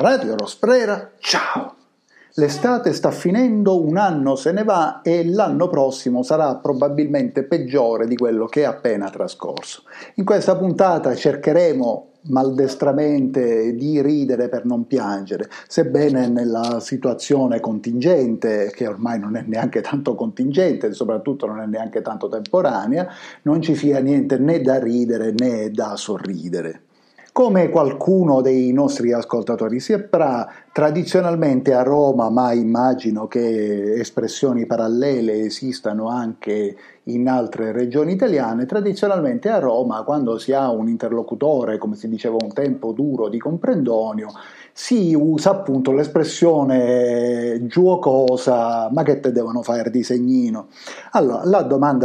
Radio Rosprera, ciao! L'estate sta finendo, un anno se ne va e l'anno prossimo sarà probabilmente peggiore di quello che è appena trascorso. In questa puntata cercheremo maldestramente di ridere per non piangere, sebbene nella situazione contingente, che ormai non è neanche tanto contingente e soprattutto non è neanche tanto temporanea, non ci sia niente né da ridere né da sorridere. Come qualcuno dei nostri ascoltatori saprà, tradizionalmente a Roma, ma immagino che espressioni parallele esistano anche in altre regioni italiane, tradizionalmente a Roma, quando si ha un interlocutore, come si diceva un tempo, duro di comprendonio, si usa appunto l'espressione giocosa: ma che te devono fare disegnino? Allora, la domanda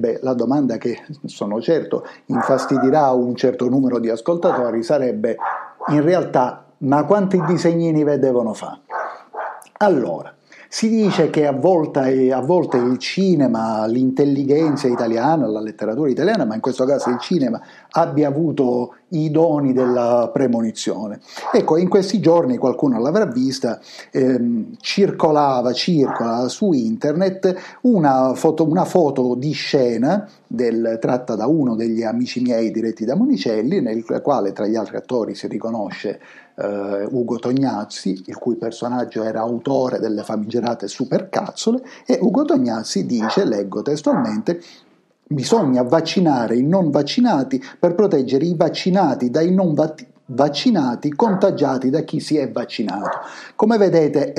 che sono certo infastidirà un certo numero di ascoltatori, sarebbe in realtà: ma quanti disegnini ve devono fare? Allora, si dice che a volte il cinema, l'intelligenza italiana, la letteratura italiana, ma in questo caso il cinema, abbia avuto i doni della premonizione. Ecco, in questi giorni qualcuno l'avrà vista, circola su internet una foto di scena tratta da uno degli amici miei diretti da Monicelli, nel quale tra gli altri attori si riconosce Ugo Tognazzi, il cui personaggio era autore delle famigerate supercazzole, e Ugo Tognazzi dice, leggo testualmente: bisogna vaccinare i non vaccinati per proteggere i vaccinati dai non vaccinati contagiati da chi si è vaccinato. Come vedete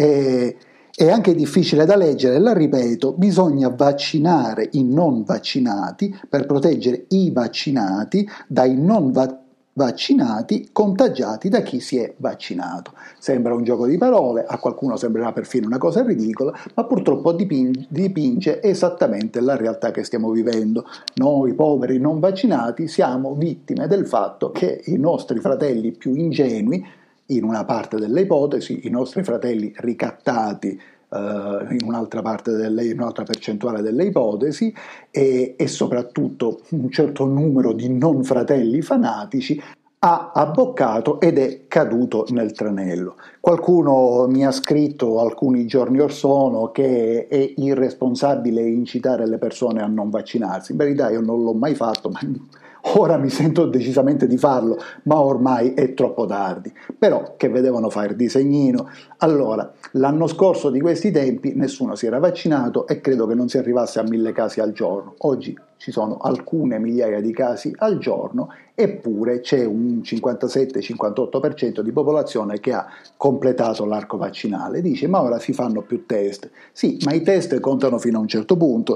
è anche difficile da leggere, la ripeto: bisogna vaccinare i non vaccinati per proteggere i vaccinati dai non vaccinati contagiati da chi si è vaccinato. Sembra un gioco di parole, a qualcuno sembrerà perfino una cosa ridicola, ma purtroppo dipinge esattamente la realtà che stiamo vivendo. Noi poveri non vaccinati siamo vittime del fatto che i nostri fratelli più ingenui, in una parte delle ipotesi, i nostri fratelli ricattati in un'altra percentuale delle ipotesi, e soprattutto un certo numero di non fratelli fanatici, ha abboccato ed è caduto nel tranello. Qualcuno mi ha scritto alcuni giorni or sono che è irresponsabile incitare le persone a non vaccinarsi. In verità io non l'ho mai fatto, ma ora mi sento decisamente di farlo, ma ormai è troppo tardi. Però che vedevano fare disegnino? Allora, l'anno scorso di questi tempi nessuno si era vaccinato e credo che non si arrivasse a 1000 casi al giorno. Oggi ci sono alcune migliaia di casi al giorno, eppure c'è un 57-58% di popolazione che ha completato l'arco vaccinale. Dice: ma ora si fanno più test. Sì, ma i test contano fino a un certo punto.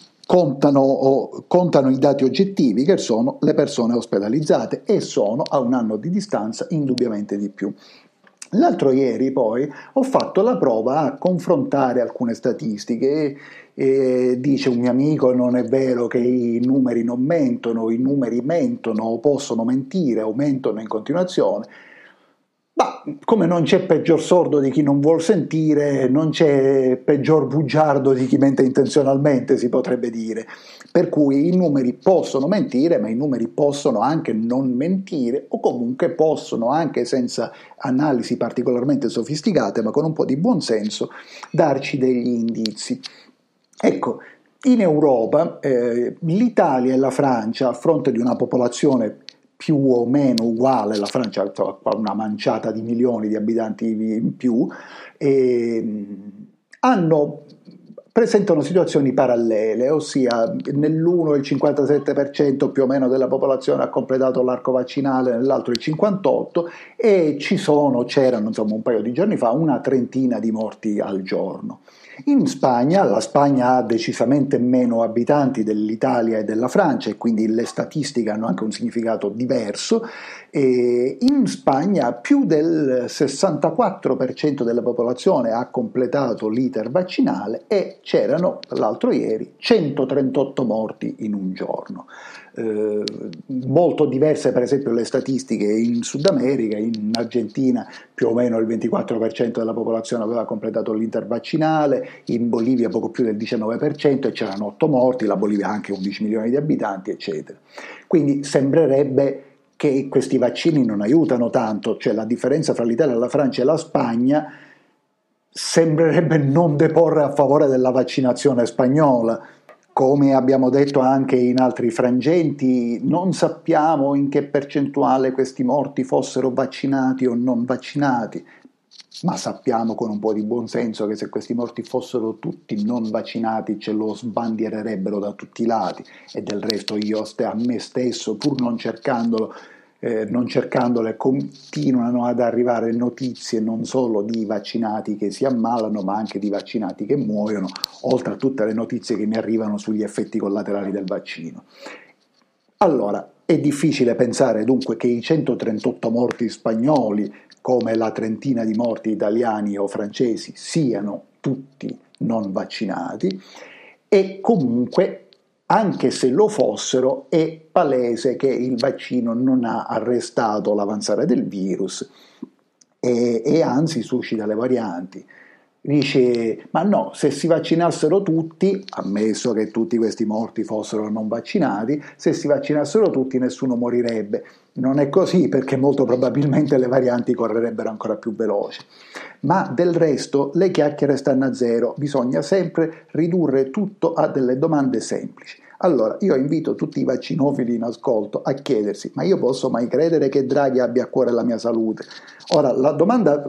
Contano i dati oggettivi, che sono le persone ospedalizzate, e sono a un anno di distanza indubbiamente di più. L'altro ieri poi ho fatto la prova a confrontare alcune statistiche e dice un mio amico: non è vero che i numeri non mentono, i numeri mentono o possono mentire o mentono in continuazione. Ma come non c'è peggior sordo di chi non vuol sentire, non c'è peggior bugiardo di chi mente intenzionalmente, si potrebbe dire. Per cui i numeri possono mentire, ma i numeri possono anche non mentire, o comunque possono, anche senza analisi particolarmente sofisticate, ma con un po' di buonsenso, darci degli indizi. Ecco, in Europa l'Italia e la Francia, a fronte di una popolazione più o meno uguale, la Francia ha una manciata di milioni di abitanti in più, presentano situazioni parallele, ossia nell'uno il 57% più o meno della popolazione ha completato l'arco vaccinale, nell'altro il 58%, e c'erano insomma un paio di giorni fa una trentina di morti al giorno. In Spagna, la Spagna ha decisamente meno abitanti dell'Italia e della Francia, e quindi le statistiche hanno anche un significato diverso. E in Spagna più del 64% della popolazione ha completato l'iter vaccinale e c'erano l'altro ieri 138 morti in un giorno. Molto diverse per esempio le statistiche in Sud America. In Argentina più o meno il 24% della popolazione aveva completato l'iter vaccinale, in Bolivia poco più del 19% e c'erano 8 morti, la Bolivia ha anche 11 milioni di abitanti, eccetera. Quindi sembrerebbe che questi vaccini non aiutano tanto, cioè la differenza fra l'Italia, la Francia e la Spagna sembrerebbe non deporre a favore della vaccinazione spagnola. Come abbiamo detto anche in altri frangenti, non sappiamo in che percentuale questi morti fossero vaccinati o non vaccinati, ma sappiamo con un po' di buonsenso che se questi morti fossero tutti non vaccinati ce lo sbandiererebbero da tutti i lati, e del resto io a me stesso, pur non cercandole, continuano ad arrivare notizie non solo di vaccinati che si ammalano, ma anche di vaccinati che muoiono, oltre a tutte le notizie che mi arrivano sugli effetti collaterali del vaccino. Allora, è difficile pensare dunque che i 138 morti spagnoli, come la trentina di morti italiani o francesi, siano tutti non vaccinati, e comunque, anche se lo fossero, è palese che il vaccino non ha arrestato l'avanzare del virus e anzi suscita le varianti. Dice, ma no, se si vaccinassero tutti, ammesso che tutti questi morti fossero non vaccinati, se si vaccinassero tutti nessuno morirebbe. Non è così, perché molto probabilmente le varianti correrebbero ancora più veloci. Ma del resto le chiacchiere stanno a zero, bisogna sempre ridurre tutto a delle domande semplici. Allora, io invito tutti i vaccinofili in ascolto a chiedersi, ma io posso mai credere che Draghi abbia a cuore la mia salute? Ora, la domanda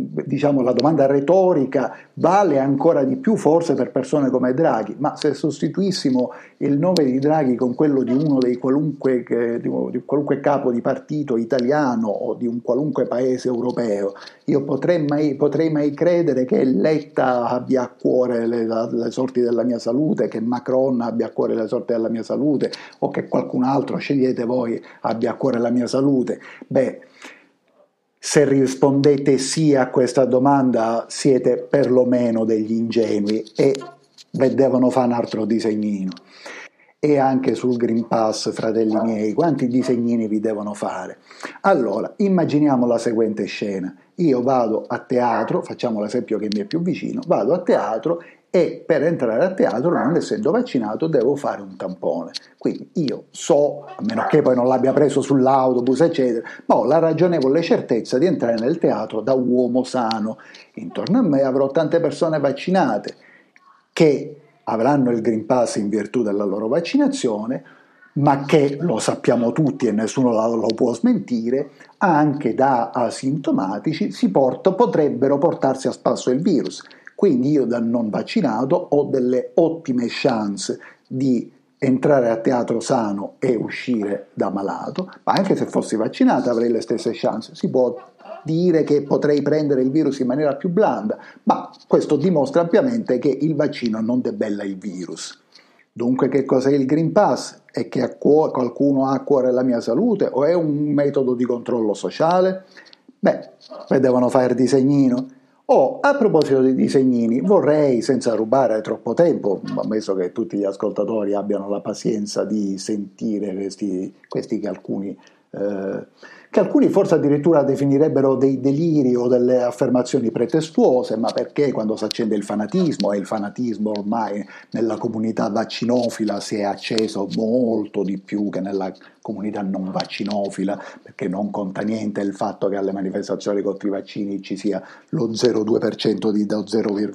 retorica vale ancora di più forse per persone come Draghi, ma se sostituissimo il nome di Draghi con quello di uno di qualunque capo di partito italiano o di un qualunque paese europeo, io potrei mai credere che Letta abbia a cuore le sorti della mia salute, che Macron abbia a cuore le sorti della mia salute, o che qualcun altro, scegliete voi, abbia a cuore la mia salute. Beh, se rispondete sì a questa domanda siete perlomeno degli ingenui e vi devono fare un altro disegnino. E anche sul Green Pass, fratelli miei, quanti disegnini vi devono fare? Allora, immaginiamo la seguente scena. Io vado a teatro, facciamo l'esempio che mi è più vicino, vado a teatro e per entrare a teatro, non essendo vaccinato, devo fare un tampone. Quindi io so, a meno che poi non l'abbia preso sull'autobus, eccetera, ma ho la ragionevole certezza di entrare nel teatro da uomo sano. Intorno a me avrò tante persone vaccinate che avranno il Green Pass in virtù della loro vaccinazione, ma che, lo sappiamo tutti e nessuno lo può smentire, anche da asintomatici potrebbero portarsi a spasso il virus. Quindi io da non vaccinato ho delle ottime chance di entrare a teatro sano e uscire da malato, ma anche se fossi vaccinato avrei le stesse chance. Si può dire che potrei prendere il virus in maniera più blanda, ma questo dimostra ampiamente che il vaccino non debella il virus. Dunque, che cos'è il Green Pass? È che qualcuno ha a cuore la mia salute o è un metodo di controllo sociale? Beh, devono fare il disegnino. A proposito di disegnini, vorrei, senza rubare troppo tempo, ammesso che tutti gli ascoltatori abbiano la pazienza di sentire questi che alcuni forse addirittura definirebbero dei deliri o delle affermazioni pretestuose, ma perché quando si accende il fanatismo, e il fanatismo ormai nella comunità vaccinofila si è acceso molto di più che nella comunità non vaccinofila, perché non conta niente il fatto che alle manifestazioni contro i vaccini ci sia lo 0,2% lo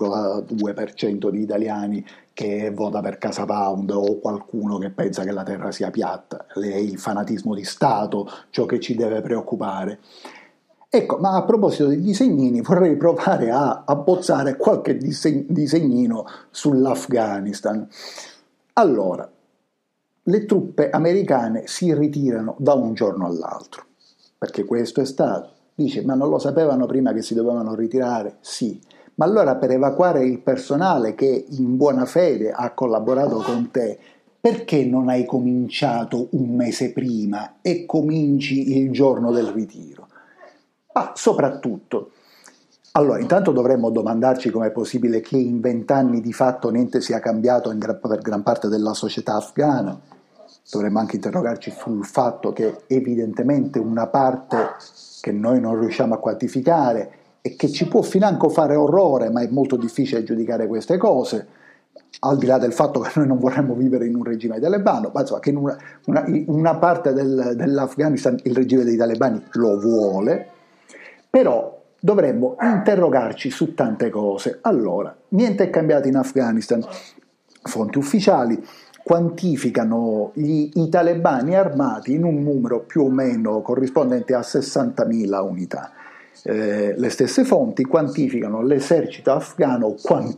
0,2% di italiani che vota per Casa Pound o qualcuno che pensa che la terra sia piatta. È il fanatismo di Stato ciò che ci deve preoccupare. Ecco, ma a proposito di disegnini, vorrei provare a abbozzare qualche disegnino sull'Afghanistan. Allora, le truppe americane si ritirano da un giorno all'altro, perché questo è stato. Dice, ma non lo sapevano prima che si dovevano ritirare? Sì. Ma allora per evacuare il personale che in buona fede ha collaborato con te, perché non hai cominciato un mese prima e cominci il giorno del ritiro? Ma soprattutto, allora intanto dovremmo domandarci com'è possibile che in 20 anni di fatto niente sia cambiato per gran parte della società afghana. Dovremmo anche interrogarci sul fatto che evidentemente una parte che noi non riusciamo a quantificare e che ci può financo fare orrore, ma è molto difficile giudicare queste cose, al di là del fatto che noi non vorremmo vivere in un regime talebano, ma insomma che in una parte dell'Afghanistan il regime dei talebani lo vuole, però dovremmo interrogarci su tante cose. Allora, niente è cambiato in Afghanistan. Fonti ufficiali quantificano i talebani armati in un numero più o meno corrispondente a 60.000 unità. Le stesse fonti quantificavano l'esercito afghano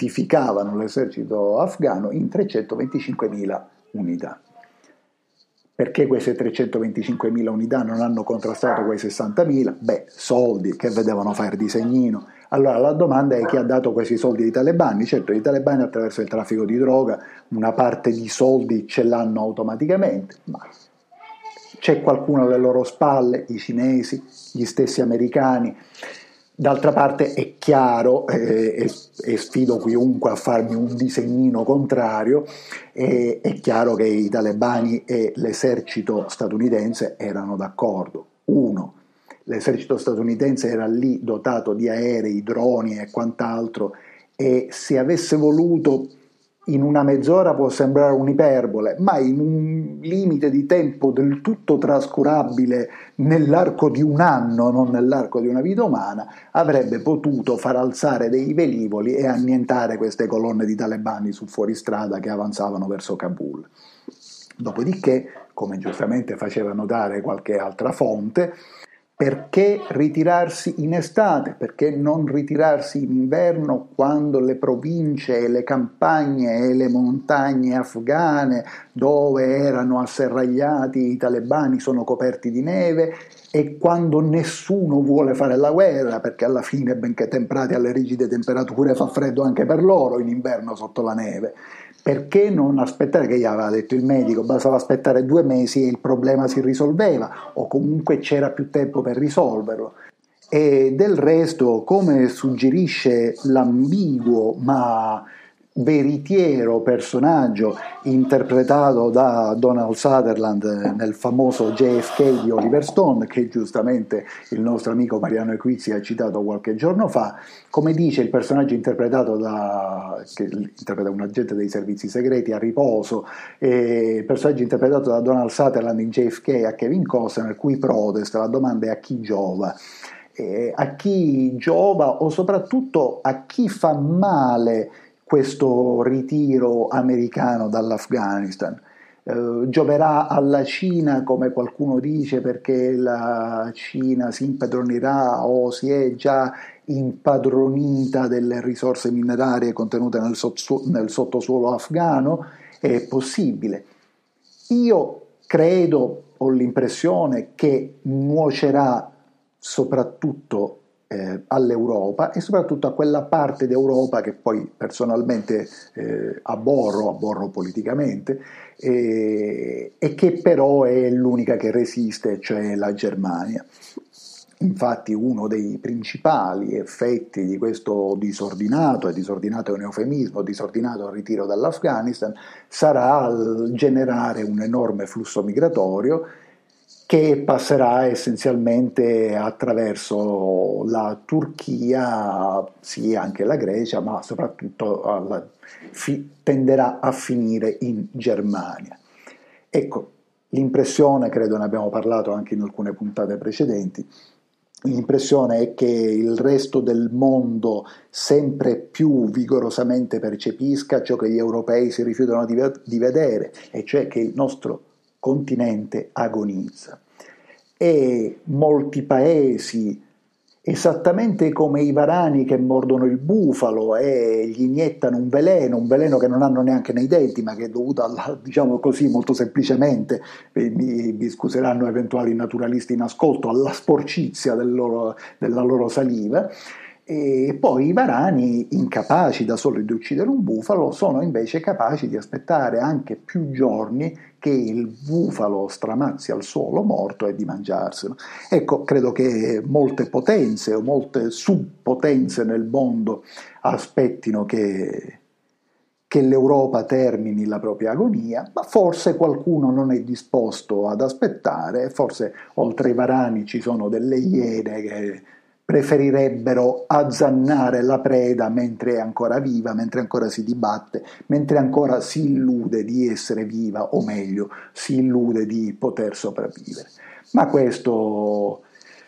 in 325.000 unità. Perché queste 325.000 unità non hanno contrastato quei 60.000? Beh, soldi, che vedevano fare disegnino. Allora la domanda è chi ha dato questi soldi ai talebani. Certo, i talebani attraverso il traffico di droga una parte di soldi ce l'hanno automaticamente, ma c'è qualcuno alle loro spalle, i cinesi, gli stessi americani. D'altra parte è chiaro, e sfido chiunque a farmi un disegnino contrario, è chiaro che i talebani e l'esercito statunitense erano d'accordo. Uno, l'esercito statunitense era lì dotato di aerei, droni e quant'altro, e se avesse voluto in una mezz'ora può sembrare un'iperbole, ma in un limite di tempo del tutto trascurabile nell'arco di un anno, non nell'arco di una vita umana, avrebbe potuto far alzare dei velivoli e annientare queste colonne di talebani su fuoristrada che avanzavano verso Kabul. Dopodiché, come giustamente faceva notare qualche altra fonte, perché ritirarsi in estate? Perché non ritirarsi in inverno quando le province, le campagne e le montagne afghane dove erano asserragliati i talebani sono coperti di neve e quando nessuno vuole fare la guerra, perché alla fine, benché temprati alle rigide temperature, fa freddo anche per loro in inverno sotto la neve. Perché non aspettare, che gli aveva detto il medico, bastava aspettare 2 mesi e il problema si risolveva, o comunque c'era più tempo per risolverlo. E del resto, come suggerisce l'ambiguo ma veritiero personaggio interpretato da Donald Sutherland nel famoso JFK di Oliver Stone, che giustamente il nostro amico Mariano Equizzi ha citato qualche giorno fa, come dice il personaggio che interpreta un agente dei servizi segreti a riposo, il personaggio interpretato da Donald Sutherland in JFK a Kevin Costner, cui protesta, la domanda è a chi giova. A chi giova o soprattutto a chi fa male questo ritiro americano dall'Afghanistan. Gioverà alla Cina, come qualcuno dice, perché la Cina si impadronirà o si è già impadronita delle risorse minerarie contenute nel sottosuolo afghano? È possibile. Io credo, ho l'impressione che nuocerà soprattutto all'Europa e soprattutto a quella parte d'Europa che poi personalmente abborro politicamente e che però è l'unica che resiste, cioè la Germania. Infatti uno dei principali effetti di questo disordinato è un eufemismo, disordinato ritiro dall'Afghanistan, sarà generare un enorme flusso migratorio che passerà essenzialmente attraverso la Turchia, sì anche la Grecia, ma soprattutto tenderà a finire in Germania. Ecco, l'impressione, credo ne abbiamo parlato anche in alcune puntate precedenti, l'impressione è che il resto del mondo sempre più vigorosamente percepisca ciò che gli europei si rifiutano di vedere, e cioè che il nostro continente agonizza e molti paesi, esattamente come i varani che mordono il bufalo e gli iniettano un veleno che non hanno neanche nei denti, ma che è dovuto diciamo così molto semplicemente, mi scuseranno eventuali naturalisti in ascolto, alla sporcizia della loro saliva. E poi i varani, incapaci da soli di uccidere un bufalo, sono invece capaci di aspettare anche più giorni che il bufalo stramazzi al suolo morto e di mangiarselo. Ecco, credo che molte potenze o molte subpotenze nel mondo aspettino che l'Europa termini la propria agonia, ma forse qualcuno non è disposto ad aspettare, forse oltre ai varani ci sono delle iene che preferirebbero azzannare la preda mentre è ancora viva, mentre ancora si dibatte, mentre ancora si illude di essere viva, o meglio, si illude di poter sopravvivere. Ma questo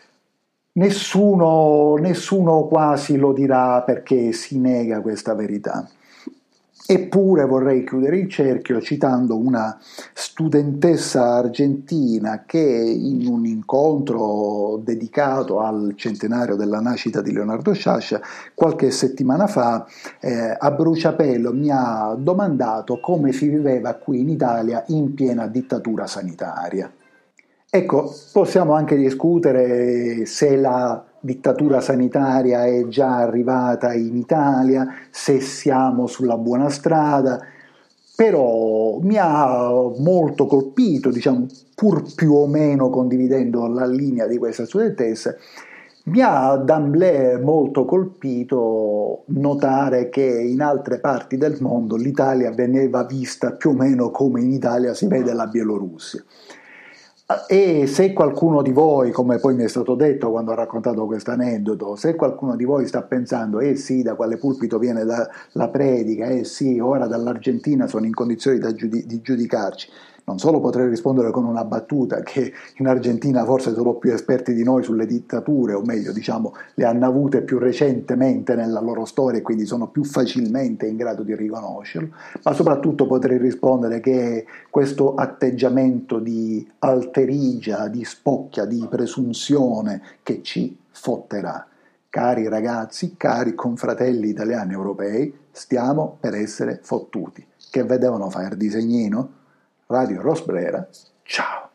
nessuno quasi lo dirà perché si nega questa verità. Eppure vorrei chiudere il cerchio citando una studentessa argentina che in un incontro dedicato al centenario della nascita di Leonardo Sciascia qualche settimana fa a bruciapelo mi ha domandato come si viveva qui in Italia in piena dittatura sanitaria. Ecco, possiamo anche discutere se la dittatura sanitaria è già arrivata in Italia, se siamo sulla buona strada, però mi ha molto colpito, diciamo, pur più o meno condividendo la linea di questa studentessa, mi ha d'emblée molto colpito notare che in altre parti del mondo l'Italia veniva vista più o meno come in Italia si vede la Bielorussia. E se qualcuno di voi, come poi mi è stato detto quando ho raccontato questo aneddoto, se qualcuno di voi sta pensando, sì, da quale pulpito viene la predica, sì, ora dall'Argentina sono in condizioni di giudicarci, non solo potrei rispondere con una battuta che in Argentina forse sono più esperti di noi sulle dittature, o meglio, diciamo, le hanno avute più recentemente nella loro storia e quindi sono più facilmente in grado di riconoscerlo, ma soprattutto potrei rispondere che questo atteggiamento di alterigia, di spocchia, di presunzione che ci fotterà. Cari ragazzi, cari confratelli italiani e europei, stiamo per essere fottuti. Che vedevano fare il disegnino? Radio Rosbrera, ciao!